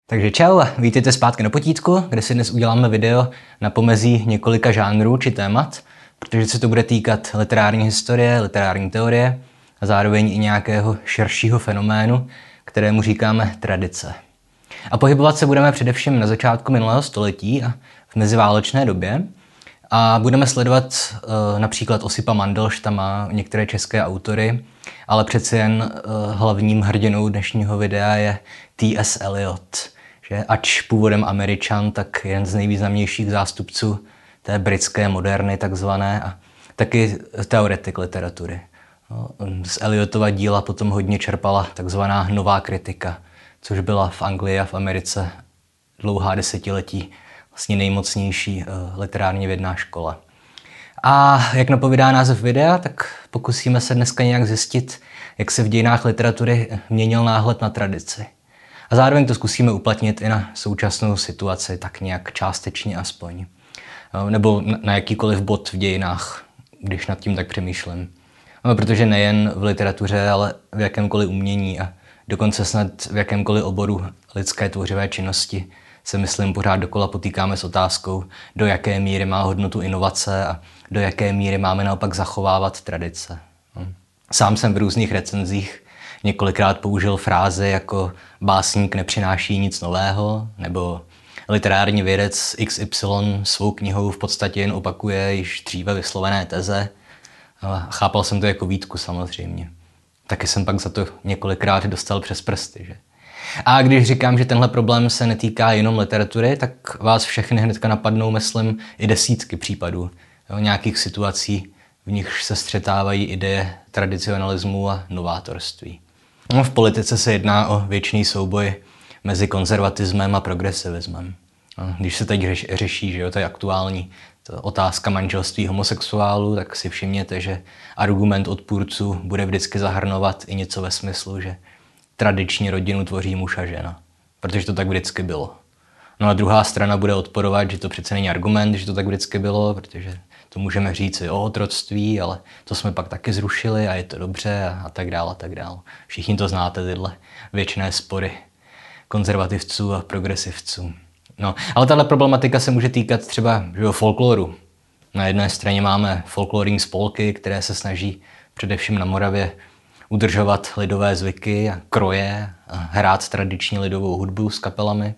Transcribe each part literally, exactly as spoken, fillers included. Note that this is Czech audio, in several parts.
Takže čau, vítejte zpátky na potítku, kde si dnes uděláme video na pomezí několika žánrů či témat, protože se to bude týkat literární historie, literární teorie a zároveň i nějakého širšího fenoménu, kterému říkáme tradice. A pohybovat se budeme především na začátku minulého století a v meziválečné době a budeme sledovat uh, například Osipa Mandelštama, některé české autory, ale přeci jen uh, hlavním hrdinou dnešního videa je T S Eliot. Že ač původem Američan, tak jeden z nejvýznamnějších zástupců té britské moderny takzvané a taky teoretik literatury. Z Eliotova díla potom hodně čerpala takzvaná nová kritika, což byla v Anglii a v Americe dlouhá desetiletí vlastně nejmocnější uh, literárně vědná škola. A jak napovídá název videa, tak pokusíme se dneska nějak zjistit, jak se v dějinách literatury měnil náhled na tradici. A zároveň to zkusíme uplatnit i na současnou situaci, tak nějak částečně aspoň. Nebo na jakýkoliv bod v dějinách, když nad tím tak přemýšlím. No, protože nejen v literatuře, ale v jakémkoliv umění a dokonce snad v jakémkoliv oboru lidské tvořivé činnosti se, myslím, pořád dokola potýkáme s otázkou, do jaké míry má hodnotu inovace a do jaké míry máme naopak zachovávat tradice. Sám jsem v různých recenzích několikrát použil fráze jako básník nepřináší nic nového, nebo literární vědec X Y svou knihou v podstatě jen opakuje již dříve vyslovené teze. A chápal jsem to jako výtku samozřejmě. Taky jsem pak za to několikrát dostal přes prsty. Že? A když říkám, že tenhle problém se netýká jenom literatury, tak vás všechny hnedka napadnou, myslím, i desítky případů. Jo, nějakých situací, v nichž se střetávají ideje tradicionalismu a novátorství. No, v politice se jedná o věčný souboj mezi konzervatismem a progresivismem. No, když se teď řeš, řeší, že jo, to je aktuální to otázka manželství homosexuálů, tak si všimněte, že argument odpůrců bude vždycky zahrnovat i něco ve smyslu, že tradiční rodinu tvoří muž a žena, protože to tak vždycky bylo. No a druhá strana bude odporovat, že to přece není argument, že to tak vždycky bylo, protože to můžeme říct i o otroctví, ale to jsme pak taky zrušili a je to dobře a, a tak dále a tak dále. Všichni to znáte, tyhle věčné spory konzervativců a progresivců. No, ale tahle problematika se může týkat třeba že, folkloru. Na jedné straně máme folklorní spolky, které se snaží především na Moravě udržovat lidové zvyky a kroje a hrát tradiční lidovou hudbu s kapelami,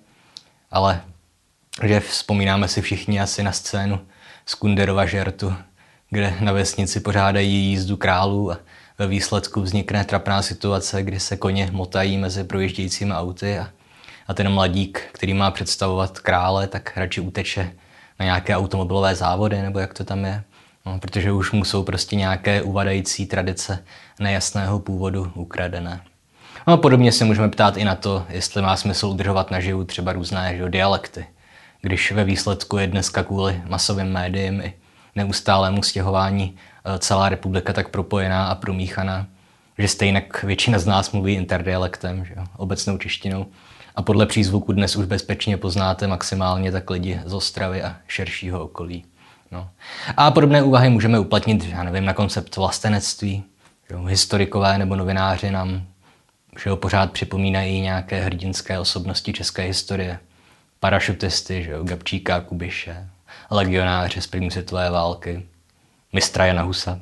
ale že vzpomínáme si všichni asi na scénu z Kunderova žertu, kde na vesnici pořádají jízdu králů a ve výsledku vznikne trapná situace, kdy se koně motají mezi projíždějícími auty a, a ten mladík, který má představovat krále, tak radši uteče na nějaké automobilové závody, nebo jak to tam je, no, protože už mu jsou prostě nějaké uvadající tradice nejasného původu ukradené. No, podobně se můžeme ptát i na to, jestli má smysl udržovat naživu třeba různé že, dialekty, když ve výsledku je dneska kvůli masovým médiím i neustálému stěhování celá republika tak propojená a promíchaná, že stejně většina z nás mluví interdialektem, že jo, obecnou češtinou. A podle přízvuku dnes už bezpečně poznáte maximálně tak lidi z Ostravy a širšího okolí. No. A podobné úvahy můžeme uplatnit, já nevím, na koncept vlastenectví. Že jo, historikové nebo novináři nám že jo, pořád připomínají nějaké hrdinské osobnosti české historie. Parašutisty, že jo, Gabčíka, Kubiše, legionáře z první světové války, mistra Jana Husa,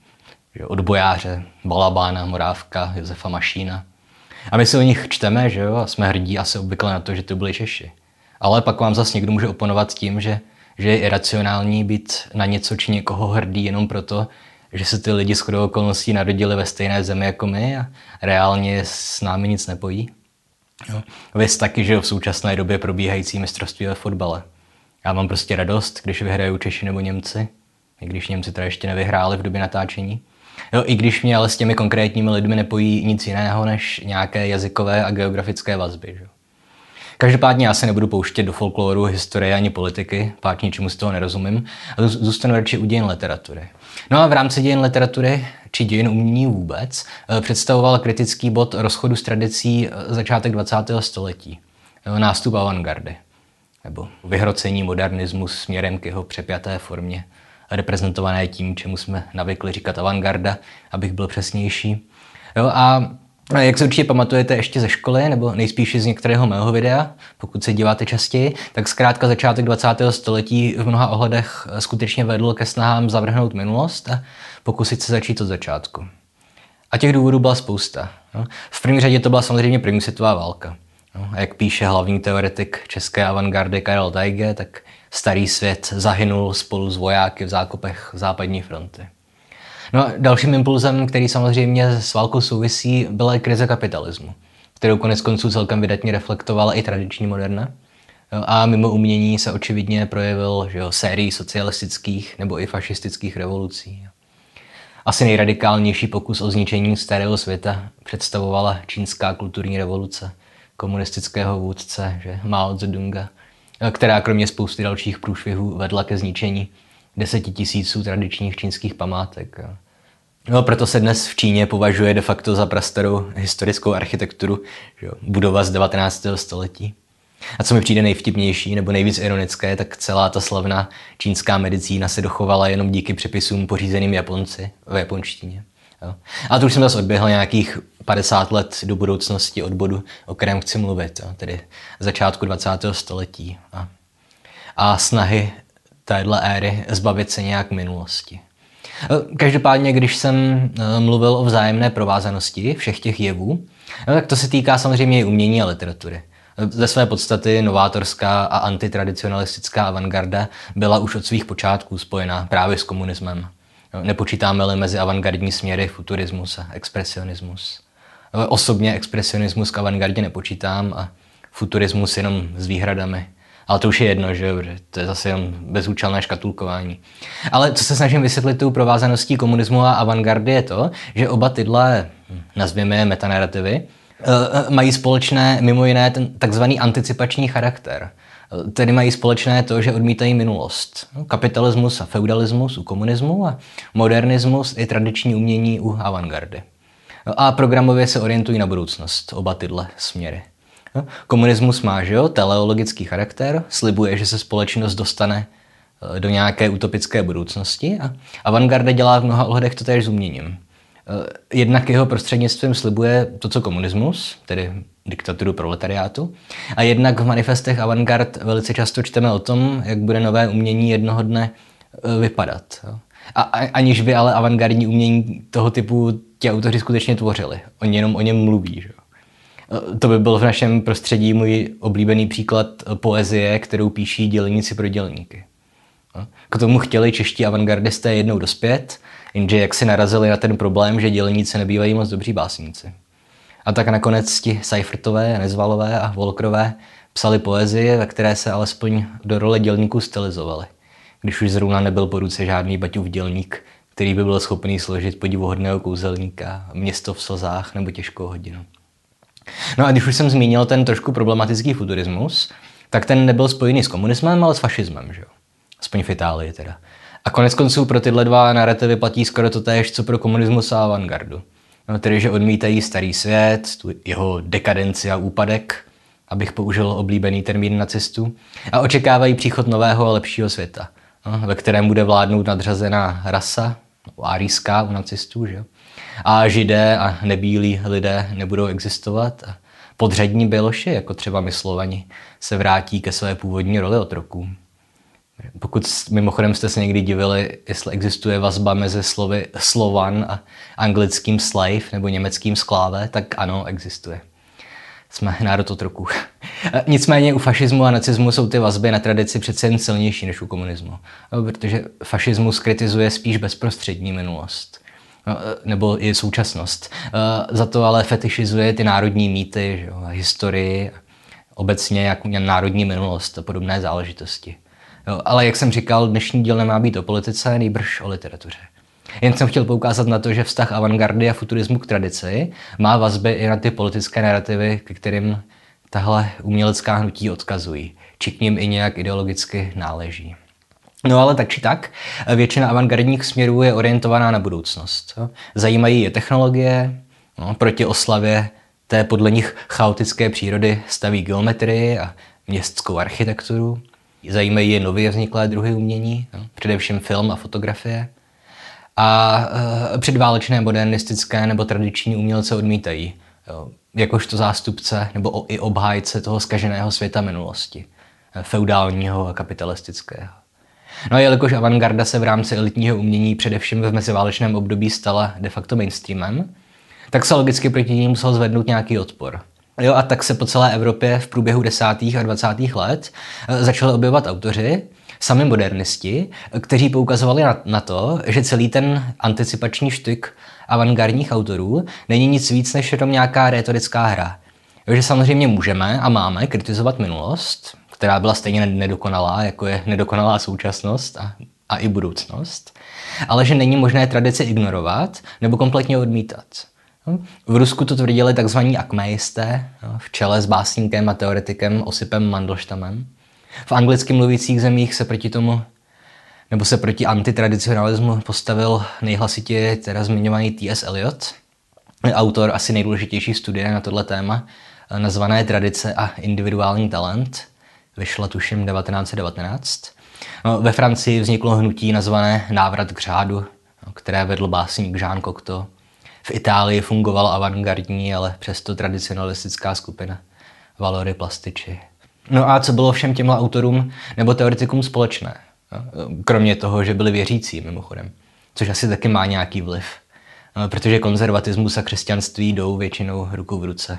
že jo, odbojáře, Balabána, Morávka, Josefa Mašína. A my si o nich čteme, že jo, a jsme hrdí asi obvykle na to, že to byli Češi. Ale pak vám zase někdo může oponovat tím, že, že je iracionální být na něco či někoho hrdý jenom proto, že se ty lidi shodou okolností narodili ve stejné zemi jako my a reálně s námi nic nepojí. No. Věc taky, že v současné době probíhající mistrovství ve fotbale. Já mám prostě radost, když vyhrajou Češi nebo Němci, i když Němci teda ještě nevyhráli v době natáčení. Jo, i když mě ale s těmi konkrétními lidmi nepojí nic jiného než nějaké jazykové a geografické vazby. Že? Každopádně já se nebudu pouštět do folkloru, historie ani politiky, pak ničemu z toho nerozumím, a zůstanu radši u dějin literatury. No a v rámci dějin literatury, či dějin umění vůbec, představoval kritický bod rozchodu s tradicí začátek dvacátého století. Nástup avantgardy, nebo vyhrocení modernismu směrem k jeho přepjaté formě, reprezentované tím, čemu jsme navykli říkat avantgarda, abych byl přesnější. Jo, a A jak se určitě pamatujete ještě ze školy, nebo nejspíš z některého mého videa, pokud se díváte častěji, tak zkrátka začátek dvacátého století v mnoha ohledech skutečně vedl ke snahám zavrhnout minulost a pokusit se začít od začátku. A těch důvodů byla spousta. V první řadě to byla samozřejmě první světová válka. A jak píše hlavní teoretik české avantgardy Karel Teige, tak starý svět zahynul spolu s vojáky v zákopech západní fronty. No a dalším impulzem, který samozřejmě s válkou souvisí, byla i krize kapitalismu, kterou konec konců celkem vydatně reflektovala i tradiční moderna. A mimo umění se očividně projevil, že jo, sérii socialistických nebo i fašistických revolucí. Asi nejradikálnější pokus o zničení starého světa představovala čínská kulturní revoluce komunistického vůdce, že Mao Zedonga, která kromě spousty dalších průšvihů vedla ke zničení desetitisíců tradičních čínských památek. No, proto se dnes v Číně považuje de facto za prastarou historickou architekturu, že jo, budova z devatenáctého století. A co mi přijde nejvtipnější nebo nejvíc ironické, tak celá ta slavná čínská medicína se dochovala jenom díky přepisům pořízeným Japonci v japonštině. Jo. A to už jsem zase odběhl nějakých padesát let do budoucnosti od bodu, o kterém chci mluvit, jo, tedy začátku dvacátého století. A, a snahy téhle éry zbavit se nějak minulosti. Každopádně, když jsem mluvil o vzájemné provázanosti všech těch jevů, tak to se týká samozřejmě i umění a literatury. Ze své podstaty novátorská a antitradicionalistická avantgarda byla už od svých počátků spojená právě s komunismem. Nepočítáme-li mezi avantgardní směry futurismus a expresionismus. Osobně expresionismus k avantgardě nepočítám a futurismus jenom s výhradami. Ale to už je jedno, že to je zase jen bezúčelné škatulkování. Ale co se snažím vysvětlit tou provázaností komunismu a avantgardy je to, že oba tyhle, nazvěme je metanarrativy, mají společné mimo jiné ten takzvaný anticipační charakter. Tedy mají společné to, že odmítají minulost. Kapitalismus a feudalismus u komunismu a modernismus i tradiční umění u avantgardy. A programově se orientují na budoucnost, oba tyhle směry. Komunismus má, že jo, teleologický charakter, slibuje, že se společnost dostane do nějaké utopické budoucnosti a avantgarda dělá v mnoha ohledech to též s uměním. Jednak jeho prostřednictvím slibuje to, co komunismus, tedy diktaturu proletariátu, a jednak v manifestech avantgard velice často čteme o tom, jak bude nové umění jednoho dne vypadat. A aniž by ale avantgardní umění toho typu ti autoři skutečně tvořili. Oni jenom o něm mluví, že jo. To by byl v našem prostředí můj oblíbený příklad poezie, kterou píší dělníci pro dělníky. K tomu chtěli čeští avantgardisté jednou dospět, jenže jak si narazili na ten problém, že dělníci nebývají moc dobří básníci. A tak nakonec ti Seifertové, Nezvalové a Volkrové psali poezie, ve které se alespoň do role dělníků stylizovali, když už zrovna nebyl po ruce žádný Baťův dělník, který by byl schopný složit podivuhodného kouzelníka, Město v slzách nebo Těžkou hodinu. No a když už jsem zmínil ten trošku problematický futurismus, tak ten nebyl spojený s komunismem, ale s fašismem, že jo? Aspoň v Itálii teda. A konec konců pro tyhle dva narrativy platí skoro to též, co pro komunismus a avantgardu. No, tedy, že odmítají starý svět, tu jeho dekadenci a úpadek, abych použil oblíbený termín nacistů, a očekávají příchod nového a lepšího světa, no, ve kterém bude vládnout nadřazená rasa, no, árijská u nacistů, že jo? A židé a nebílí lidé nebudou existovat a podřadní běloši, jako třeba Myslovani, se vrátí ke své původní roli otroků. Pokud mimochodem jste se někdy divili, jestli existuje vazba mezi slovy Slovan a anglickým slave nebo německým skláve, tak ano, existuje. Jsme národ otroků. Nicméně u fašismu a nacismu jsou ty vazby na tradici přece jen silnější než u komunismu, protože fašismus kritizuje spíš bezprostřední minulost nebo i současnost. Za to ale fetišizuje ty národní mýty, že jo, historii, obecně jak národní minulost a podobné záležitosti. Jo, ale jak jsem říkal, dnešní díl nemá být o politice, nejbrž o literatuře. Jen jsem chtěl poukázat na to, že vztah avantgardy a futurismu k tradici má vazby i na ty politické narrativy, ke kterým tahle umělecká hnutí odkazují, či k nim i nějak ideologicky náleží. No ale tak či tak, většina avantgardních směrů je orientovaná na budoucnost. Jo. Zajímají je technologie, no, proti oslavě té podle nich chaotické přírody staví geometrii a městskou architekturu. Zajímají je nově vzniklé druhy umění, no, především film a fotografie. A e, předválečné modernistické nebo tradiční umělce odmítají, jo, jakožto zástupce nebo i obhájce toho zkaženého světa minulosti, feudálního a kapitalistického. No a jelikož avantgarda se v rámci elitního umění především v meziválečném období stala de facto mainstreamem, tak se logicky proti ní musel zvednout nějaký odpor. Jo, a tak se po celé Evropě v průběhu desátých a dvacátých let začali objevovat autoři, sami modernisti, kteří poukazovali na, na to, že celý ten anticipační štyk avantgardních autorů není nic víc než jenom nějaká rétorická hra. Jo, že samozřejmě můžeme a máme kritizovat minulost, která byla stejně nedokonalá, jako je nedokonalá současnost a, a i budoucnost, ale že není možné tradici ignorovat nebo kompletně odmítat. V Rusku to tvrdili tzv. Akméisté, v čele s básníkem a teoretikem Osipem Mandelštamem. V anglicky mluvících zemích se proti tomu, nebo se proti antitradicionalismu postavil nejhlasitěji teda zmiňovaný T S Eliot, autor asi nejdůležitější studie na tohle téma, nazvané Tradice a individuální talent. Vyšla tuším devatenáct set devatenáct. No, ve Francii vzniklo hnutí nazvané Návrat k řádu, které vedl básník Jean Cocteau. V Itálii fungovala avantgardní, ale přesto tradicionalistická skupina Valory Plastici. No a co bylo všem těmhle autorům nebo teoretikům společné? Kromě toho, že byli věřící mimochodem, což asi taky má nějaký vliv, protože konzervatismus a křesťanství jdou většinou ruku v ruce.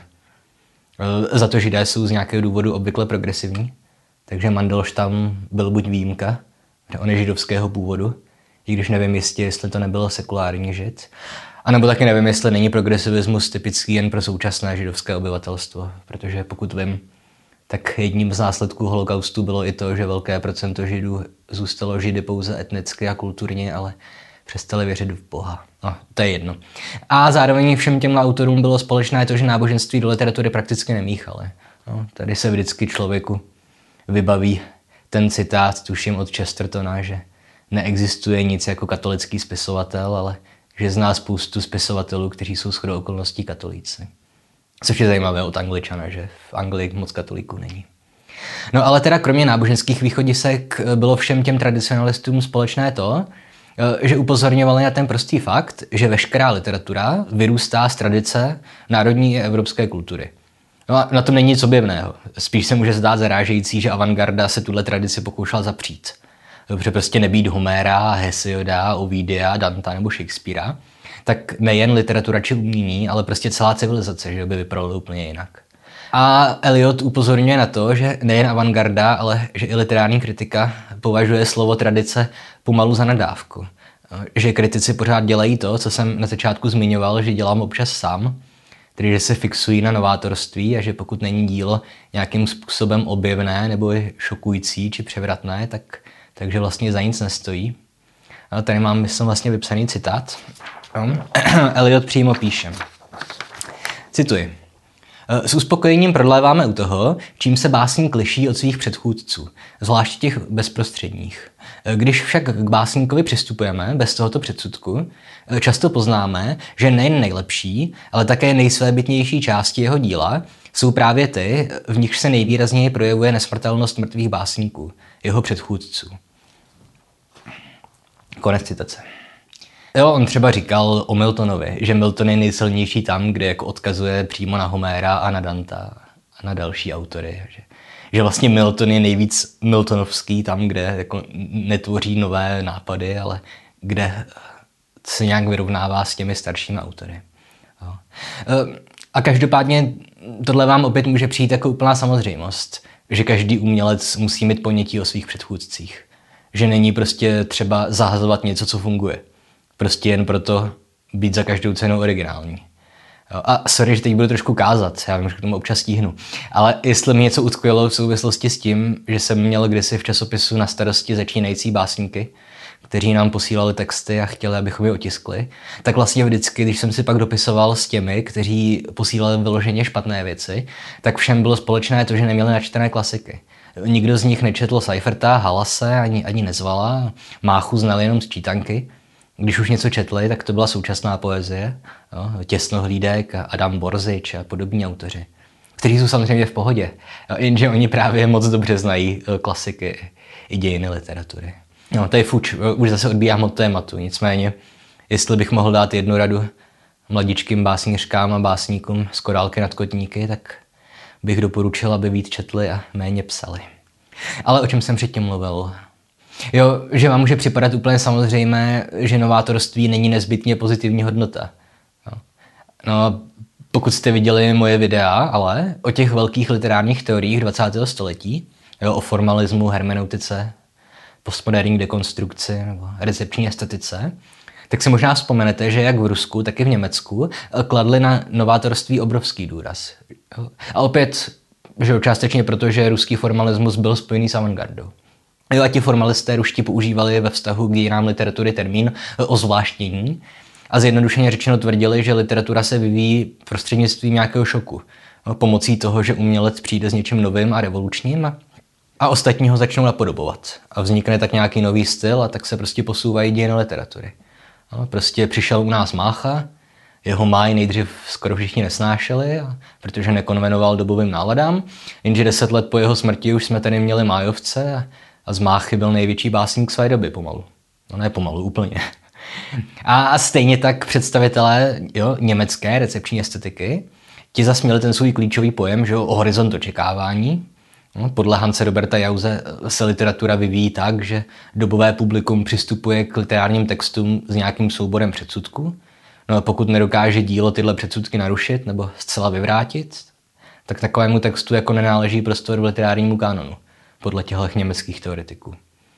Za to Židé jsou z nějakého důvodu obvykle progresivní, takže Mandelstam byl buď výjimka, že on je židovského původu, i když nevím jistě, jestli to nebyl sekulární žid, a nebo taky nevím, jestli není progresivismus typický jen pro současné židovské obyvatelstvo, protože pokud vím, tak jedním z následků holokaustu bylo i to, že velké procento Židů zůstalo Židy pouze etnicky a kulturně, ale přestali věřit v Boha. No, to je jedno. A zároveň všem těmhle autorům bylo společné to, že náboženství do literatury prakticky nemíchali. No, tady se vždycky člověku vybaví ten citát, tuším od Chestertona, že neexistuje nic jako katolický spisovatel, ale že zná spoustu spisovatelů, kteří jsou shodou okolností katolíci. Což je zajímavé od Angličana, že v Anglii moc katolíků není. No ale teda kromě náboženských východisek bylo všem těm tradicionalistům společné to, že upozorňovali na ten prostý fakt, že veškerá literatura vyrůstá z tradice národní i evropské kultury. No a na tom není nic objevného. Spíš se může zdát zarážející, že avantgarda se tuhle tradici pokoušela zapřít. Dobře, prostě nebýt Homéra, Hesioda, Ovidia, Danta nebo Shakespearea, tak nejen literatura či umění, ale prostě celá civilizace, že by vypadala úplně jinak. A Eliot upozorňuje na to, že nejen avantgarda, ale že i literární kritika považuje slovo tradice pomalu za nadávku. Že kritici pořád dělají to, co jsem na začátku zmiňoval, že dělám občas sám, tedy že se fixují na novátorství a že pokud není dílo nějakým způsobem objevné nebo šokující či převratné, tak, takže vlastně za nic nestojí. A tady mám, myslím, vlastně vypsaný citát. Eliot přímo píše. Cituji. S uspokojením prodléváme u toho, čím se básník liší od svých předchůdců, zvláště těch bezprostředních. Když však k básníkovi přistupujeme bez tohoto předsudku, často poznáme, že nejen nejlepší, ale také nejsvébytnější části jeho díla jsou právě ty, v nichž se nejvýrazněji projevuje nesmrtelnost mrtvých básníků, jeho předchůdců. Konec citace. Jo, on třeba říkal o Miltonovi, že Milton je nejsilnější tam, kde jako odkazuje přímo na Homéra a na Danta a na další autory. Že, že vlastně Milton je nejvíc miltonovský tam, kde jako netvoří nové nápady, ale kde se nějak vyrovnává s těmi staršími autory. Jo. A každopádně tohle vám opět může přijít jako úplná samozřejmost, že každý umělec musí mít ponětí o svých předchůdcích. Že není prostě třeba zahazovat něco, co funguje. Prostě jen proto být za každou cenu originální. Jo, a sorry, že teď budu trošku kázat, já vím, že k tomu občas stíhnu. Ale jestli mi něco utkvělo v souvislosti s tím, že jsem měl kdysi v časopisu na starosti začínající básníky, kteří nám posílali texty a chtěli, abychom je otiskli, tak vlastně vždycky, když jsem si pak dopisoval s těmi, kteří posílali vyloženě špatné věci, tak všem bylo společné to, že neměli načtené klasiky. Nikdo z nich nečetl Seiferta, Halase, ani, ani Nezvala, Máchu znali jenom z čítanky. Když už něco četli, tak to byla současná poezie, jo, Těsnohlídek, Adam Borzič a podobní autoři, kteří jsou samozřejmě v pohodě, jo, jenže oni právě moc dobře znají klasiky i dějiny literatury. No, to je fuč, už zase odbíjám od tématu, nicméně, jestli bych mohl dát jednu radu mladičkým básnířkám a básníkům z Korálky nad kotníky, tak bych doporučil, aby víc četli a méně psali. Ale o čem jsem předtím mluvil? Jo, že vám může připadat úplně samozřejmé, že novátorství není nezbytně pozitivní hodnota. No, no pokud jste viděli moje videa, ale o těch velkých literárních teoriích dvacátého století, jo, o formalismu, hermeneutice, postmoderní dekonstrukci nebo recepční estetice, tak si možná vzpomenete, že jak v Rusku, tak i v Německu kladli na novátorství obrovský důraz. A opět, že částečně proto, že ruský formalismus byl spojený s avantgardou. Jo, a ti formalisté ruští používali ve vztahu k dějinám literatury termín ozvláštnění a zjednodušeně řečeno tvrdili, že literatura se vyvíjí prostřednictvím nějakého šoku. No, pomocí toho, že umělec přijde s něčím novým a revolučním a, a ostatní ho začnou napodobovat. A vznikne tak nějaký nový styl a tak se prostě posouvají dějiny literatury. No, prostě přišel u nás Mácha, jeho máj nejdřív skoro všichni nesnášeli, protože nekonvenoval dobovým náladám, jenže deset let po jeho smrti už jsme tady měli májovce a, a z Máchy byl největší básník své doby pomalu. No ne pomalu, úplně. A stejně tak představitelé jo, německé recepční estetiky, ti zase měli ten svůj klíčový pojem, že o horizont očekávání. No, podle Hanse Roberta Jause se literatura vyvíjí tak, že dobové publikum přistupuje k literárním textům s nějakým souborem předsudků. No a pokud nedokáže dílo tyhle předsudky narušit nebo zcela vyvrátit, tak takovému textu jako nenáleží prostor v literárnímu kanonu, podle těchto německých teoretiků.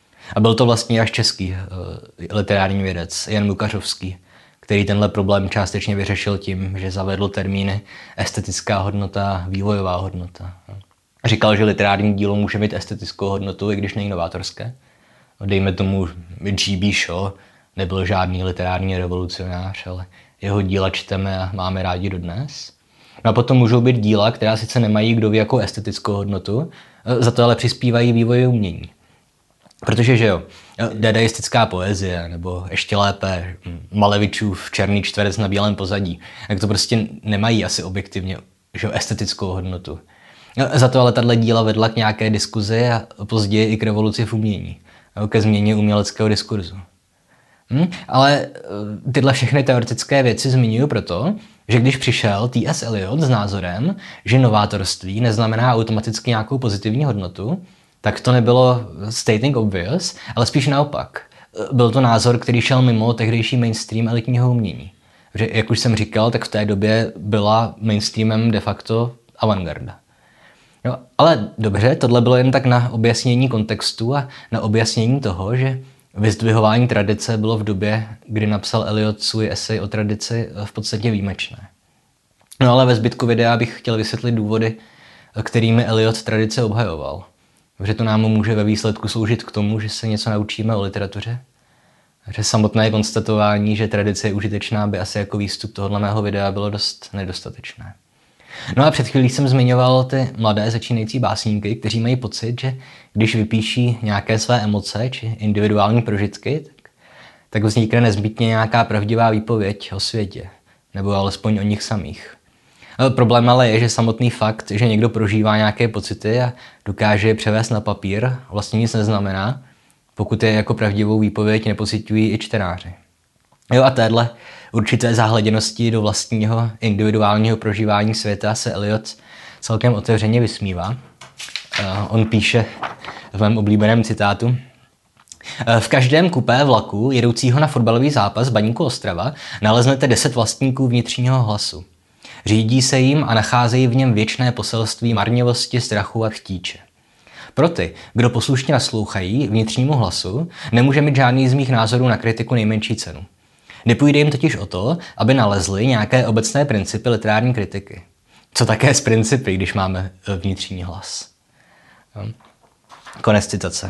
A byl to vlastně až český uh, literární vědec Jan Mukařovský, který tenhle problém částečně vyřešil tím, že zavedl termíny estetická hodnota, vývojová hodnota. Říkal, že literární dílo může mít estetickou hodnotu, i když není novátorské. Dejme tomu G B Shaw nebyl žádný literární revolucionář, ale jeho díla čteme a máme rádi dodnes. No a potom můžou být díla, která sice nemají kdo ví jakou estetickou hodnotu, za to ale přispívají vývoji umění. Protože, že jo, dadaistická poezie, nebo ještě lépe Malevičův Černý čtverec na bílém pozadí, tak to prostě nemají asi objektivně že jo, estetickou hodnotu. Za to ale tato díla vedla k nějaké diskuzi a později i k revoluci v umění, ke změně uměleckého diskurzu. Hm? Ale tyhle všechny teoretické věci zmiňuji proto, že když přišel T S Eliot s názorem, že novátorství neznamená automaticky nějakou pozitivní hodnotu, tak to nebylo stating obvious, ale spíš naopak. Byl to názor, který šel mimo tehdejší mainstream elitního umění. Že, jak už jsem říkal, tak v té době byla mainstreamem de facto avantgarda. No, ale dobře, tohle bylo jen tak na objasnění kontextu a na objasnění toho, že vyzdvihování tradice bylo v době, kdy napsal Eliot svůj esej o tradici, v podstatě výjimečné. No ale ve zbytku videa bych chtěl vysvětlit důvody, kterými Eliot tradice obhajoval. Že to nám může ve výsledku sloužit k tomu, že se něco naučíme o literatuře. Že samotné konstatování, že tradice je užitečná, by asi jako výstup tohoto mého videa bylo dost nedostatečné. No a před chvílí jsem zmiňoval ty mladé začínající básníky, kteří mají pocit, že když vypíší nějaké své emoce či individuální prožitky, tak, tak vznikne nezbytně nějaká pravdivá výpověď o světě, nebo alespoň o nich samých. Problém ale je, že samotný fakt, že někdo prožívá nějaké pocity a dokáže je převést na papír, vlastně nic neznamená, pokud je jako pravdivou výpověď nepociťují i čtenáři. Jo a téhle určité záhleděnosti do vlastního individuálního prožívání světa se Eliot celkem otevřeně vysmívá. On píše v mém oblíbeném citátu: v každém kupé vlaku jedoucího na fotbalový zápas Baníku Ostrava naleznete deset vlastníků vnitřního hlasu. Řídí se jim a nacházejí v něm věčné poselství marnivosti, strachu a chtíče. Pro ty, kdo poslušně naslouchají vnitřnímu hlasu, nemůže mít žádný z mých názorů na kritiku nejmenší cenu. Nepůjde jim totiž o to, aby nalezli nějaké obecné principy literární kritiky. Co také z principy, když máme vnitřní hlas. Konec citace.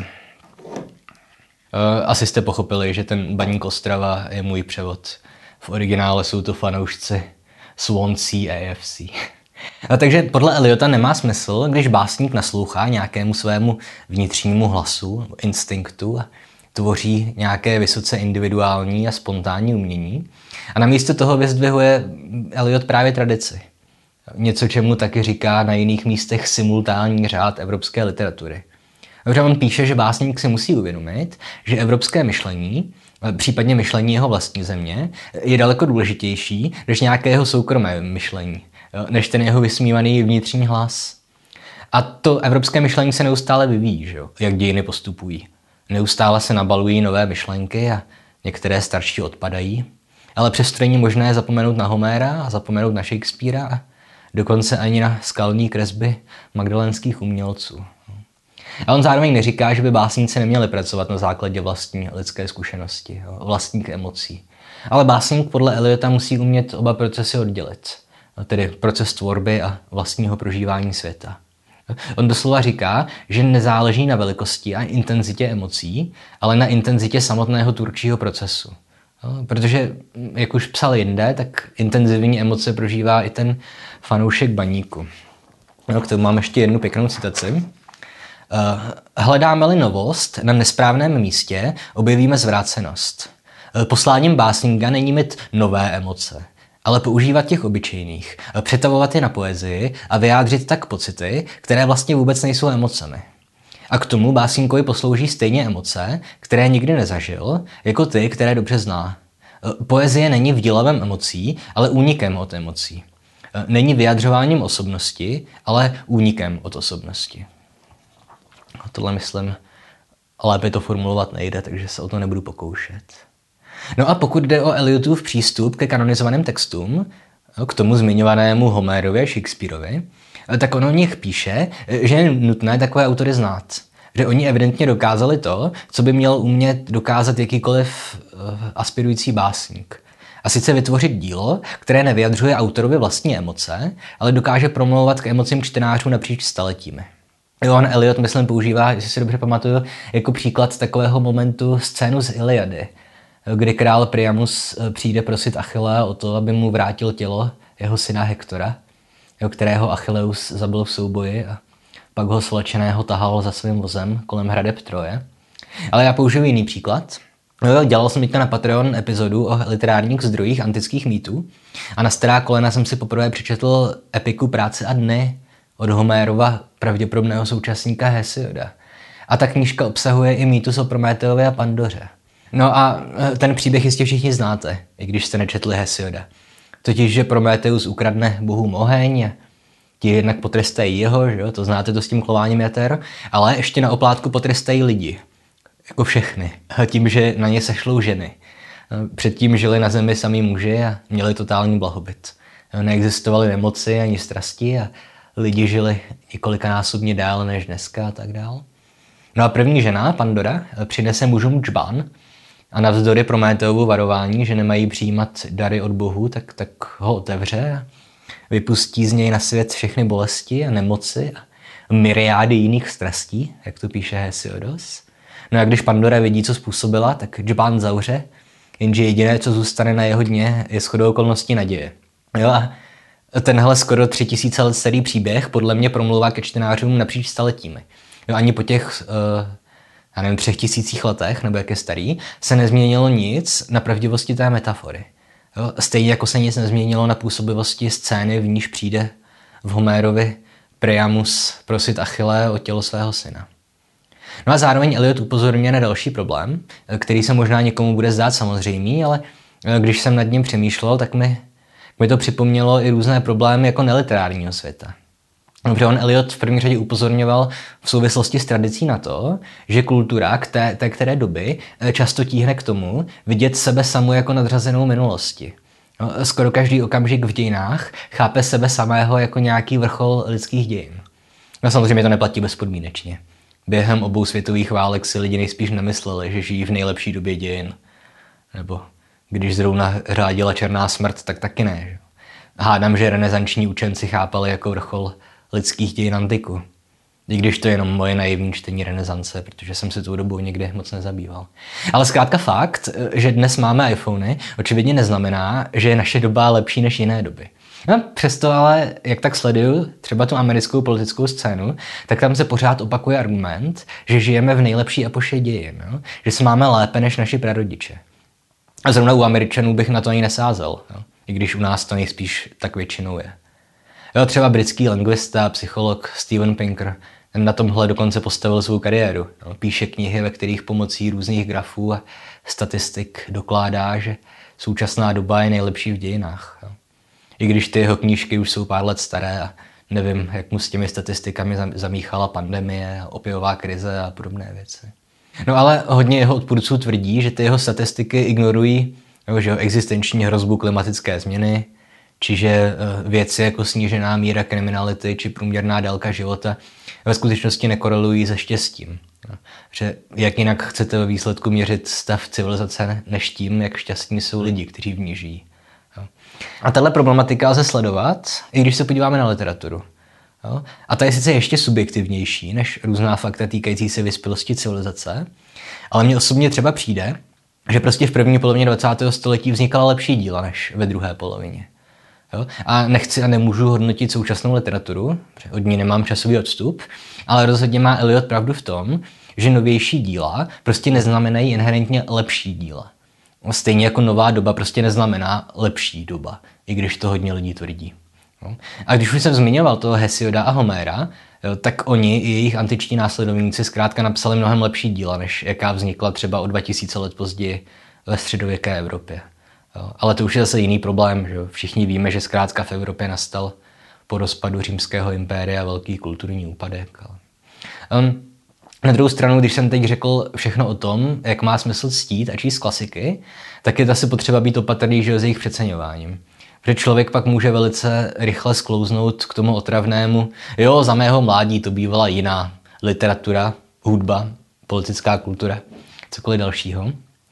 Asi jste pochopili, že ten Baník Ostrava je můj převod. V originále jsou to fanoušci Swansea A F C. A takže podle Eliota nemá smysl, když básník naslouchá nějakému svému vnitřnímu hlasu, instinktu a tvoří nějaké vysoce individuální a spontánní umění. A namísto toho vyzdvihuje Eliot právě tradici. Něco, čemu taky říká na jiných místech simultánní řád evropské literatury. Protože on píše, že básník si musí uvědomit, že evropské myšlení, případně myšlení jeho vlastní země, je daleko důležitější než nějaké jeho soukromé myšlení, než ten jeho vysmívaný vnitřní hlas. A to evropské myšlení se neustále vyvíjí, že jo? Jak dějiny postupují. Neustále se nabalují nové myšlenky a některé starší odpadají. Ale přesto není možné zapomenout na Homéra a zapomenout na Shakespearea a dokonce ani na skalní kresby magdalénských umělců. A on zároveň neříká, že by básníci neměli pracovat na základě vlastní lidské zkušenosti, jo, vlastních emocí. Ale básník podle Eliota musí umět oba procesy oddělit. Tedy proces tvorby a vlastního prožívání světa. On doslova říká, že nezáleží na velikosti a intenzitě emocí, ale na intenzitě samotného tvůrčího procesu. Protože, jak už psal jinde, tak intenzivní emoce prožívá i ten fanoušek Baníku. No, k tomu mám ještě jednu pěknou citaci. Hledáme-li novost na nesprávném místě, objevíme zvrácenost. Posláním básníka není mít nové emoce, ale používat těch obyčejných, přetavovat je na poezii a vyjádřit tak pocity, které vlastně vůbec nejsou emocemi. A k tomu básníkovi poslouží stejně emoce, které nikdy nezažil, jako ty, které dobře zná. Poezie není vdělavem emocí, ale únikem od emocí. Není vyjadřováním osobnosti, ale únikem od osobnosti. A tohle myslím, lépe to formulovat nejde, takže se o to nebudu pokoušet. No a pokud jde o Eliotův přístup ke kanonizovaným textům, k tomu zmiňovanému Homérovi a Shakespeareovi, tak on o nich píše, že je nutné takové autory znát. Že oni evidentně dokázali to, co by měl umět dokázat jakýkoliv aspirující básník. A sice vytvořit dílo, které nevyjadřuje autorovi vlastní emoce, ale dokáže promlouvat k emocím čtenářů napříč staletími. Johann Eliot, myslím, používá, jestli si dobře pamatuju, jako příklad takového momentu scénu z Iliady, kdy král Priamus přijde prosit Achillea o to, aby mu vrátil tělo jeho syna Hektora, kterého Achilleus zabil v souboji a pak ho svlečeného tahal za svým vozem kolem hradeb Troje. Ale já použiju jiný příklad. Dělal jsem teďka na Patreon epizodu o literárních zdrojích antických mýtů a na stará kolena jsem si poprvé přečetl epiku Práce a dny od Homérova pravděpodobného současníka Hesioda. A ta knížka obsahuje i mýtus o Prometeovi a Pandoře. No a ten příběh jistě všichni znáte, i když jste nečetli Hesioda. Totiž, že Prometeus ukradne bohům oheň a ti jednak potrestají jeho, že jo? To znáte to s tím klováním jater, ale ještě na oplátku potrestají lidi. Jako všechny. Tím, že na ně sešlou ženy. Předtím žili na zemi sami muži a měli totální blahobyt. Neexistovaly nemoci ani strasti a lidi žili několikanásobně dál než dneska a tak dál. No a první žena, Pandora, přinese mužům džbán a navzdory Prometeovu varování, že nemají přijímat dary od bohů, tak, tak ho otevře a vypustí z něj na svět všechny bolesti a nemoci a myriády jiných strastí, jak to píše Hesiodos. No a když Pandora vidí, co způsobila, tak džbán zavře, jenže jediné, co zůstane na jeho dně, je shodou okolností naděje. Jo a tenhle skoro tři tisíce let starý příběh podle mě promluvá ke čtenářům napříč staletími. Jo, ani po těch, uh, já nevím, třech tisících letech, nebo jak je starý, se nezměnilo nic na pravdivosti té metafory. Jo, stejně jako se nic nezměnilo na působivosti scény, v níž přijde v Homérovi Priamus prosit Achillea o tělo svého syna. No a zároveň Eliot upozorňuje na další problém, který se možná někomu bude zdát samozřejmý, ale když jsem nad ním přemýšlel, tak mi, mi to připomnělo i různé problémy jako neliterárního světa. Protože on Eliot v první řadě upozorňoval v souvislosti s tradicí na to, že kultura k té, té které doby často tíhne k tomu vidět sebe samu jako nadřazenou minulosti. No, skoro každý okamžik v dějinách chápe sebe samého jako nějaký vrchol lidských dějin. No samozřejmě to neplatí bezpodmínečně. Během obou světových válek si lidi nejspíš nemysleli, že žijí v nejlepší době dějin. Nebo když zrovna řádila černá smrt, tak taky ne. Že? Hádám, že renesanční učenci chápali jako vrchol lidských dějin antiku. I když to je jenom moje naivní čtení renesance, protože jsem se tou dobou někdy moc nezabýval. Ale zkrátka fakt, že dnes máme iPhony, očividně neznamená, že je naše doba lepší než jiné doby. No, přesto ale, jak tak sleduju třeba tu americkou politickou scénu, tak tam se pořád opakuje argument, že žijeme v nejlepší epoše dějin, no? Že se máme lépe než naši prarodiče. A zrovna u Američanů bych na to ani nesázel, no? I když u nás to nejspíš tak většinou je. Jo, třeba britský lingvista a psycholog Steven Pinker Na tomhle dokonce postavil svou kariéru. Píše knihy, ve kterých pomocí různých grafů a statistik dokládá, že současná doba je nejlepší v dějinách. I když ty jeho knížky už jsou pár let staré a nevím, jak mu s těmi statistikami zamíchala pandemie, opioidová krize a podobné věci. No ale hodně jeho odpůrců tvrdí, že ty jeho statistiky ignorují nebo, že existenční hrozbu klimatické změny, čiže věci jako snížená míra kriminality či průměrná délka života ve skutečnosti nekorelují se štěstím. Že jak jinak chcete ve výsledku měřit stav civilizace než tím, jak šťastní jsou lidi, kteří v ní žijí. A tahle problematika lze sledovat, i když se podíváme na literaturu. A ta je sice ještě subjektivnější než různá fakta týkající se vyspělosti civilizace, ale mně osobně třeba přijde, že prostě v první polovině dvacátého století vznikala lepší díla než ve druhé polovině. Jo? A nechci a nemůžu hodnotit současnou literaturu, protože od ní nemám časový odstup, ale rozhodně má Eliot pravdu v tom, že novější díla prostě neznamenají inherentně lepší díla. Stejně jako nová doba prostě neznamená lepší doba, i když to hodně lidí tvrdí. Jo? A když už jsem zmiňoval toho Hesioda a Homéra, jo, tak oni i jejich antiční následovníci zkrátka napsali mnohem lepší díla, než jaká vznikla třeba o dva tisíce let později ve středověké Evropě. Jo? Ale to už je zase jiný problém. Že? Všichni víme, že zkrátka v Evropě nastal po rozpadu římského impéria velký kulturní úpadek. Um, Na druhou stranu, když jsem teď řekl všechno o tom, jak má smysl ctít a číst klasiky, tak je zase potřeba být opatrný, že s jejich přeceňováním. Protože člověk pak může velice rychle sklouznout k tomu otravnému, jo, za mého mládí to bývala jiná literatura, hudba, politická kultura, cokoliv dalšího.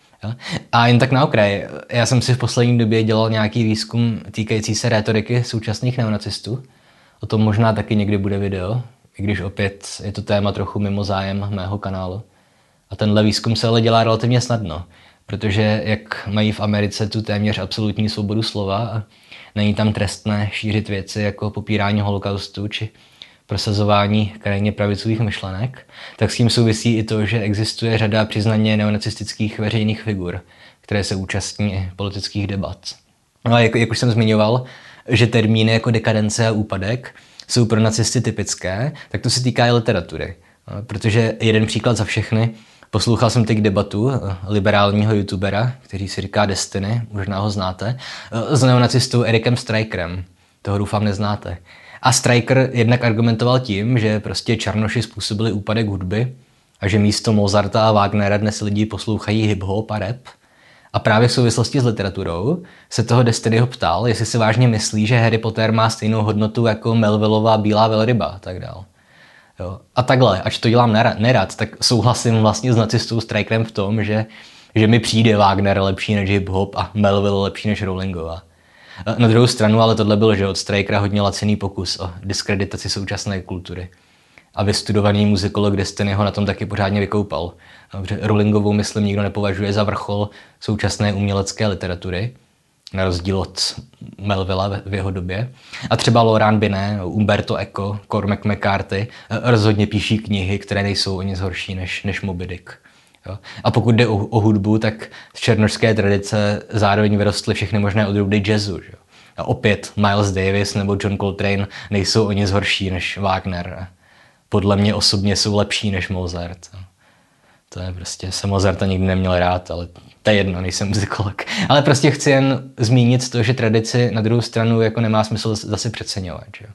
A jen tak na okraj, já jsem si v poslední době dělal nějaký výzkum týkající se rétoriky současných neonacistů. O tom možná taky někdy bude video, i když opět je to téma trochu mimo zájem mého kanálu. A tenhle výzkum se ale dělá relativně snadno, protože jak mají v Americe tu téměř absolutní svobodu slova a není tam trestné šířit věci jako popírání holokaustu či prosazování krajně pravicových myšlenek, tak s tím souvisí i to, že existuje řada přiznaně neonacistických veřejných figur, které se účastní politických debat. No a jak, jak už jsem zmiňoval, že termíny jako dekadence a úpadek jsou pro nacisty typické, tak to se týká i literatury. Protože jeden příklad za všechny, poslouchal jsem teď debatu liberálního youtubera, který si říká Destiny, možná ho znáte, s neonacistou Erikem Strykerem. Toho doufám neznáte. A Stryker jednak argumentoval tím, že prostě černoši způsobili úpadek hudby a že místo Mozarta a Wagnera dnes lidi poslouchají hip-hop a rap. A právě v souvislosti s literaturou se toho Destinyho ptal, jestli si vážně myslí, že Harry Potter má stejnou hodnotu jako Melvillová bílá velryba a tak dál. Jo. A takhle, ač to dělám nerad, tak souhlasím vlastně s nacistou Strykerem v tom, že, že mi přijde Wagner lepší než hip-hop a Melville lepší než Rowlingová. Na druhou stranu, ale tohle byl, že od Strykera hodně laciný pokus o diskreditaci současné kultury. A vystudovaný muzikolog Destiny ho na tom taky pořádně vykoupal. Protože Rowlingovou, myslím, nikdo nepovažuje za vrchol současné umělecké literatury, na rozdíl od Melvilla v jeho době. A třeba Laurent Binet, Umberto Eco, Cormac McCarthy rozhodně píší knihy, které nejsou o nic horší než, než Moby Dick. Jo? A pokud jde o, o hudbu, tak z černošské tradice zároveň vyrostly všechny možné odrůdy jazzu. Že? A opět Miles Davis nebo John Coltrane nejsou o nic horší než Wagner. Podle mě osobně jsou lepší než Mozart. To je prostě, jsem Mozarta nikdy neměl rád, ale to je jedno, nejsem muzikolog. Ale prostě chci jen zmínit to, že tradici na druhou stranu jako nemá smysl zase přeceňovat. Že?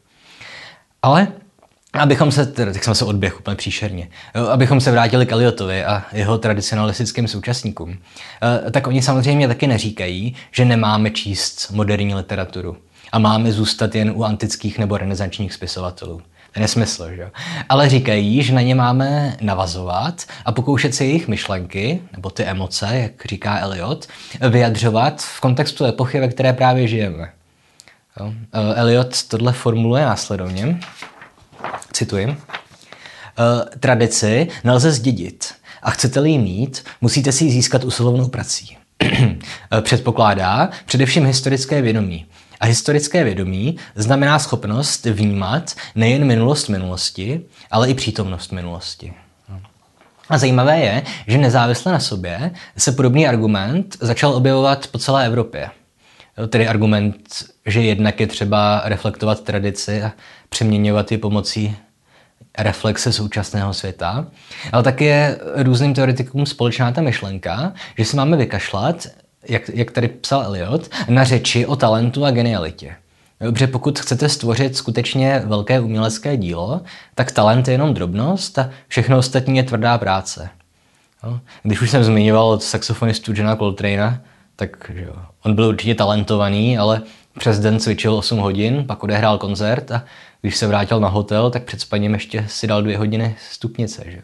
Ale abychom se, tak jsme se odběh úplně příšerně, abychom se vrátili k Eliotovi a jeho tradicionalistickým současníkům, tak oni samozřejmě taky neříkají, že nemáme číst moderní literaturu a máme zůstat jen u antických nebo renesančních spisovatelů. To je nesmysl, že jo? Ale říkají, že na ně máme navazovat a pokoušet se jejich myšlenky, nebo ty emoce, jak říká Eliot, vyjadřovat v kontextu epochy, ve které právě žijeme. Jo? Eliot tohle formuluje následovně. Cituji. Tradici nelze zdědit a chcete-li ji mít, musíte si ji získat usilovnou prací. Předpokládá především historické vědomí. A historické vědomí znamená schopnost vnímat nejen minulost minulosti, ale i přítomnost minulosti. A zajímavé je, že nezávisle na sobě se podobný argument začal objevovat po celé Evropě. Tedy argument, že jednak je třeba reflektovat tradici a přeměňovat ji pomocí reflexe současného světa, ale taky je různým teoretikům společná ta myšlenka, že se máme vykašlat, jak, jak tady psal Eliot, na řeči o talentu a genialitě. Dobře, pokud chcete stvořit skutečně velké umělecké dílo, tak talent je jenom drobnost a všechno ostatní je tvrdá práce. Když už jsem zmiňoval saxofonistu Johna Coltrane'a, tak že jo, on byl určitě talentovaný, ale přes den cvičil osm hodin, pak odehrál koncert a když se vrátil na hotel, tak před spaním ještě si dal dvě hodiny stupnice. Že jo.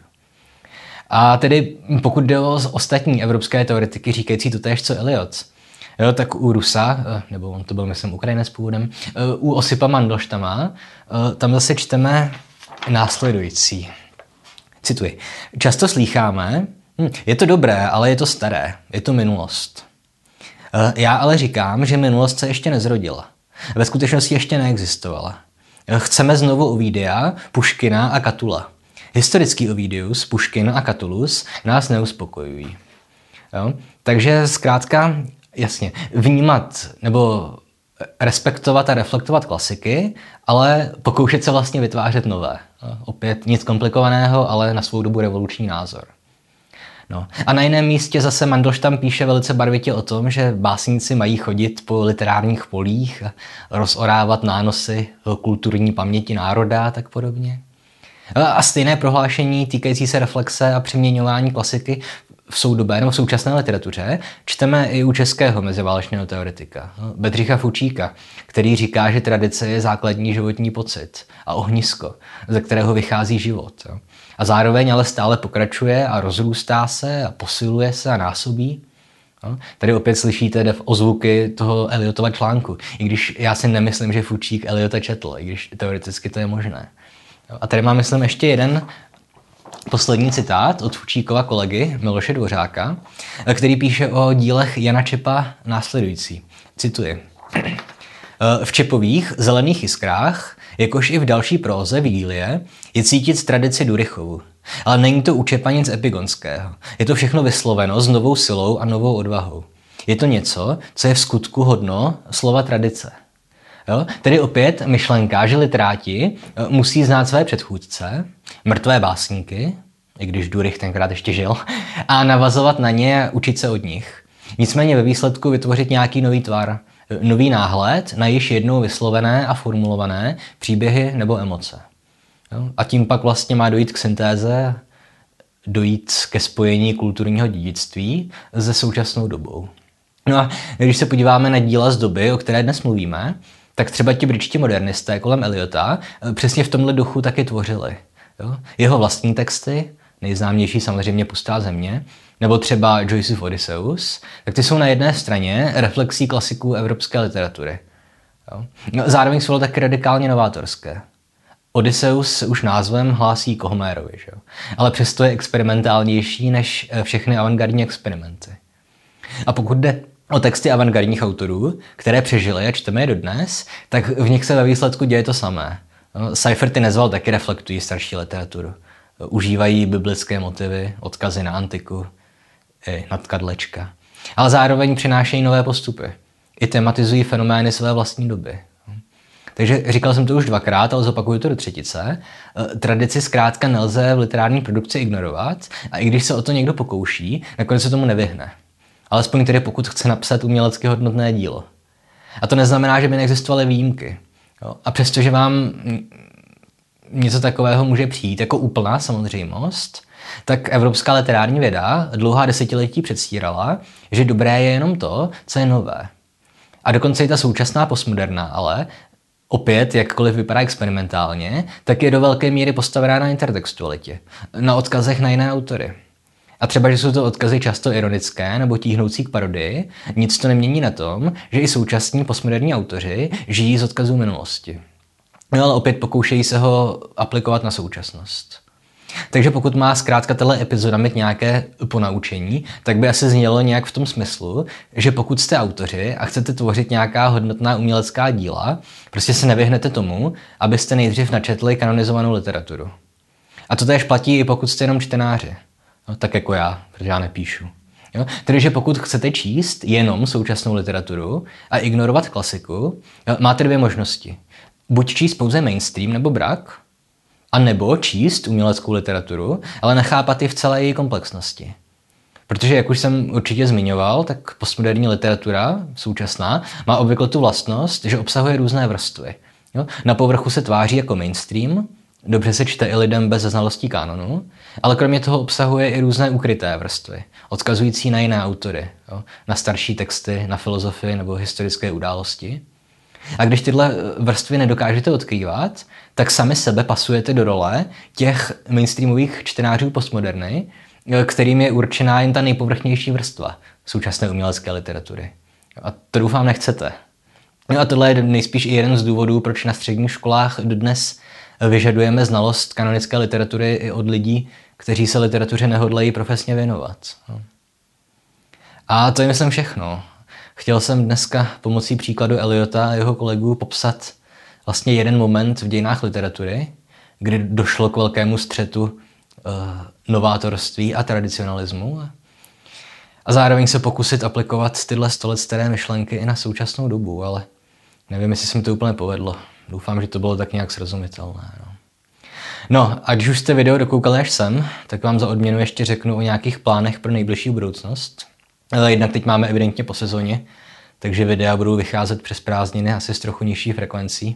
A tedy pokud jde o ostatní evropské teoretiky říkající totéž co Eliot, jo, tak u Rusa, nebo on to byl myslím Ukrajinec původem, u Osipa Mandelštama, tam zase čteme následující. Cituji. Často slýcháme, hm, je to dobré, ale je to staré, je to minulost. Já ale říkám, že minulost se ještě nezrodila. Ve skutečnosti ještě neexistovala. Chceme znovu Ovidia, Puškina a Catula. Historický Ovidius, Puškin a Catulus nás neuspokojují. Jo? Takže zkrátka, jasně, vnímat nebo respektovat a reflektovat klasiky, ale pokoušet se vlastně vytvářet nové. Opět nic komplikovaného, ale na svou dobu revoluční názor. No. A na jiném místě zase Mandelstam píše velice barvitě o tom, že básníci mají chodit po literárních polích a rozorávat nánosy kulturní paměti národa a tak podobně. A stejné prohlášení týkající se reflexe a přeměňování klasiky v soudobé nebo v současné literatuře čteme i u českého meziválečného teoretika Bedřicha Fučíka, který říká, že tradice je základní životní pocit a ohnisko, ze kterého vychází život. A zároveň ale stále pokračuje a rozrůstá se a posiluje se a násobí. Tady opět slyšíte ozvuky toho Eliotova článku, i když já si nemyslím, že Fučík Eliota četl, i když teoreticky to je možné. A tady mám, myslím, ještě jeden poslední citát od Fučíkova kolegy Miloše Dvořáka, který píše o dílech Jana Čepa následující. Cituji. V Čepových zelených iskrách, jakož i v další próze Vigílie, je cítit tradici Durychovu. Ale není to u Čepa nic epigonského. Je to všechno vysloveno s novou silou a novou odvahou. Je to něco, co je v skutku hodno slova tradice. Jo? Tedy opět myšlenka, že literáti musí znát své předchůdce, mrtvé básníky, i když Durych tenkrát ještě žil, a navazovat na ně a učit se od nich. Nicméně ve výsledku vytvořit nějaký nový tvar, nový náhled na již jednou vyslovené a formulované příběhy nebo emoce. Jo? A tím pak vlastně má dojít k syntéze, dojít ke spojení kulturního dědictví se současnou dobou. No a když se podíváme na díla z doby, o které dnes mluvíme, tak třeba ti britští modernisté kolem Eliota přesně v tomhle duchu taky tvořili. Jo? Jeho vlastní texty, nejznámější samozřejmě Pustá země, nebo třeba Joyceův Odysseus, tak ty jsou na jedné straně reflexí klasiků evropské literatury. Jo? No, zároveň jsou taky radikálně novátorské. Odysseus se už názvem hlásí k Homérovi, že jo? Ale přesto je experimentálnější než všechny avantgardní experimenty. A pokud jde o texty avantgardních autorů, které přežili a čteme je dodnes, tak v nich se ve výsledku děje to samé. Seiferty Nezval taky reflektují starší literaturu. Užívají biblické motivy, odkazy na antiku, i na tkadlečka. Ale zároveň přinášejí nové postupy. I tematizují fenomény své vlastní doby. Takže říkal jsem to už dvakrát, ale zopakuju to do třetice. Tradici zkrátka nelze v literární produkci ignorovat a i když se o to někdo pokouší, nakonec se tomu nevyhne. Alespoň tedy pokud chce napsat umělecky hodnotné dílo. A to neznamená, že by neexistovaly výjimky. Jo? A přestože vám něco takového může přijít jako úplná samozřejmost, tak evropská literární věda dlouhá desetiletí předstírala, že dobré je jenom to, co je nové. A dokonce i ta současná postmoderna, ale opět, jakkoliv vypadá experimentálně, tak je do velké míry postavená na intertextualitě, na odkazech na jiné autory. A třeba, že jsou to odkazy často ironické nebo tíhnoucí k parodii, nic to nemění na tom, že i současní postmoderní autoři žijí z odkazů minulosti. No ale opět pokoušejí se ho aplikovat na současnost. Takže pokud má zkrátka tato epizoda mít nějaké ponaučení, tak by asi znělo nějak v tom smyslu, že pokud jste autoři a chcete tvořit nějaká hodnotná umělecká díla, prostě se nevyhnete tomu, abyste nejdřív načetli kanonizovanou literaturu. A to též platí i pokud jste jenom čtenáři. No, tak jako já, protože já nepíšu. Jo? Tedy, že pokud chcete číst jenom současnou literaturu a ignorovat klasiku, jo, máte dvě možnosti. Buď číst pouze mainstream nebo brak, A nebo číst uměleckou literaturu, ale nechápat ji v celé její komplexnosti. Protože, jak už jsem určitě zmiňoval, tak postmoderní literatura, současná, má obvykle tu vlastnost, že obsahuje různé vrstvy. Jo? Na povrchu se tváří jako mainstream, dobře se čte i lidem bez znalostí kánonu, ale kromě toho obsahuje i různé ukryté vrstvy, odkazující na jiné autory, jo? Na starší texty, na filozofii nebo historické události. A když tyhle vrstvy nedokážete odkrývat, tak sami sebe pasujete do role těch mainstreamových čtenářů postmoderny, kterým je určená jen ta nejpovrchnější vrstva současné umělecké literatury. A to doufám nechcete. No a tohle je nejspíš i jeden z důvodů, proč na středních školách dodnes vyžadujeme znalost kanonické literatury i od lidí, kteří se literatuře nehodlají profesně věnovat. A to je myslím všechno. Chtěl jsem dneska pomocí příkladu Eliota a jeho kolegů popsat vlastně jeden moment v dějinách literatury, kdy došlo k velkému střetu uh, novátorství a tradicionalismu a zároveň se pokusit aplikovat tyhle sto let staré myšlenky i na současnou dobu, ale nevím, jestli se mi to úplně povedlo. Doufám, že to bylo tak nějak srozumitelné. No, no ať už jste video dokoukali až sem, tak vám za odměnu ještě řeknu o nějakých plánech pro nejbližší budoucnost. Jednak teď máme evidentně po sezóně, takže videa budou vycházet přes prázdniny asi s trochu nižší frekvencí.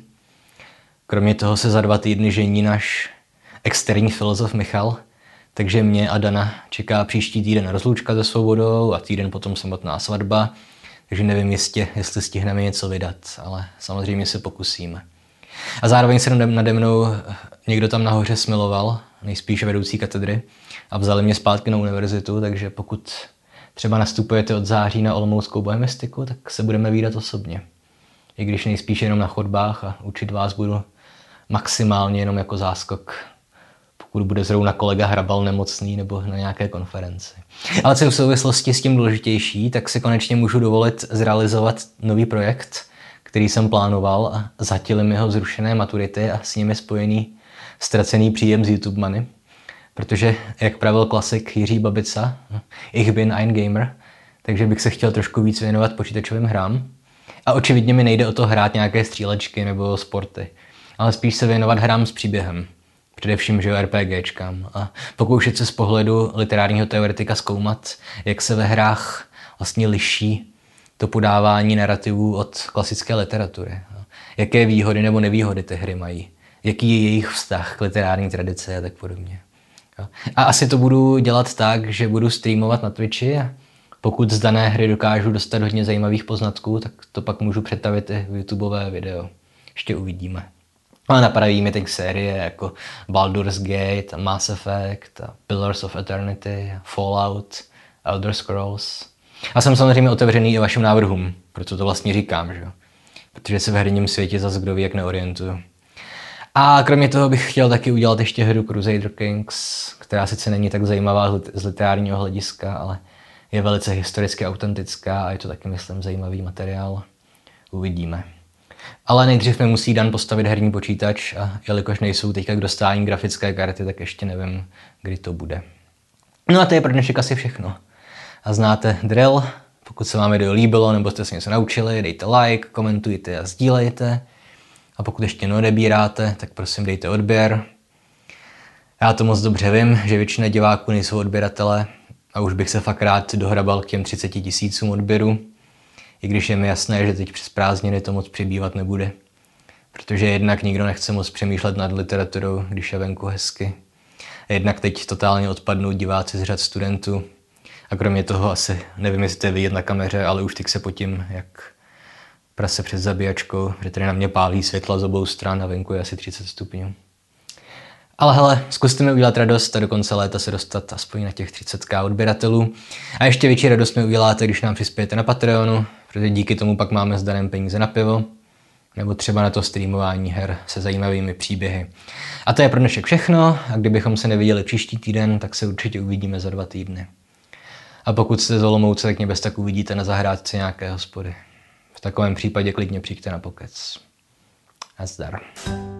Kromě toho se za dva týdny žení náš externí filozof Michal, takže mě a Dana čeká příští týden rozloučka se Svobodou a týden potom samotná svatba, takže nevím jistě, jestli stihneme něco vydat, ale samozřejmě se pokusíme. A zároveň se nade mnou někdo tam nahoře smiloval, nejspíš vedoucí katedry, a vzali mě zpátky na univerzitu, takže pokud třeba nastupujete od září na olomouckou bohemistiku, tak se budeme vídat osobně. I když nejspíš jenom na chodbách a učit vás budu maximálně jenom jako záskok, pokud bude zrovna kolega Hrabal nemocný nebo na nějaké konferenci. Ale co je v souvislosti s tím důležitější, tak si konečně můžu dovolit zrealizovat nový projekt, který jsem plánoval a zatěli mi ho zrušené maturity a s nimi spojený ztracený příjem z YouTube Money. Protože, jak pravil klasik Jiří Babica, ich bin ein Gamer, takže bych se chtěl trošku víc věnovat počítačovým hrám. A očividně mi nejde o to hrát nějaké střílečky nebo sporty, ale spíš se věnovat hrám s příběhem. Především, že jo, RPGčkám. A pokoušet se z pohledu literárního teoretika zkoumat, jak se ve hrách vlastně liší to podávání narrativů od klasické literatury. Jaké výhody nebo nevýhody ty hry mají. Jaký je jejich vztah k literární tradici a tak podobně. A asi to budu dělat tak, že budu streamovat na Twitchi a pokud z dané hry dokážu dostat hodně zajímavých poznatků, tak to pak můžu přetavit i v YouTubeové video. Ještě uvidíme. Ale napadají mi teď série jako Baldur's Gate, Mass Effect, Pillars of Eternity, Fallout, Elder Scrolls. A jsem samozřejmě otevřený i vašim návrhům, proto to vlastně říkám, že? Protože se v herním světě zase kdo ví, jak neorientuju. A kromě toho bych chtěl taky udělat ještě hru Crusader Kings, která sice není tak zajímavá z literárního hlediska, ale je velice historicky autentická a je to taky, myslím, zajímavý materiál. Uvidíme. Ale nejdřív mi musí Dan postavit herní počítač a jelikož nejsou teďka k dostání grafické karty, tak ještě nevím, kdy to bude. No a to je pro dnešek asi všechno. A znáte drill, pokud se vám video líbilo nebo jste se něco naučili, dejte like, komentujte a sdílejte. A pokud ještě neodebíráte, tak prosím dejte odběr. Já to moc dobře vím, že většina diváků nejsou odběratele a už bych se fakt rád dohrabal k těm třiceti tisícům odběrů, i když je mi jasné, že teď přes prázdniny to moc přibývat nebude. Protože jednak nikdo nechce moc přemýšlet nad literaturou, když je venku hezky. A jednak teď totálně odpadnou diváci z řad studentů. A kromě toho asi, nevím, jestli to je vidět na kameře, ale už teď se potím, jak prase před zabíjačkou, že tady na mě pálí světla z obou stran a venku je asi třicet stupňů. Ale hele, zkuste mi udělat radost a do konce léta se dostat aspoň na těch třicet tisíc odběratelů. A ještě větší radost mi uděláte, když nám přispějete na Patreonu, protože díky tomu pak máme s Danem peníze na pivo, nebo třeba na to streamování her se zajímavými příběhy. A to je pro dnešek všechno a kdybychom se neviděli příští týden, tak se určitě uvidíme za dva týdny. A pokud jste z Olomouce, tak mě bez tak uvidíte na zahrádce nějaké hospody. V takovém případě klidně přijďte na pokec. A zdar.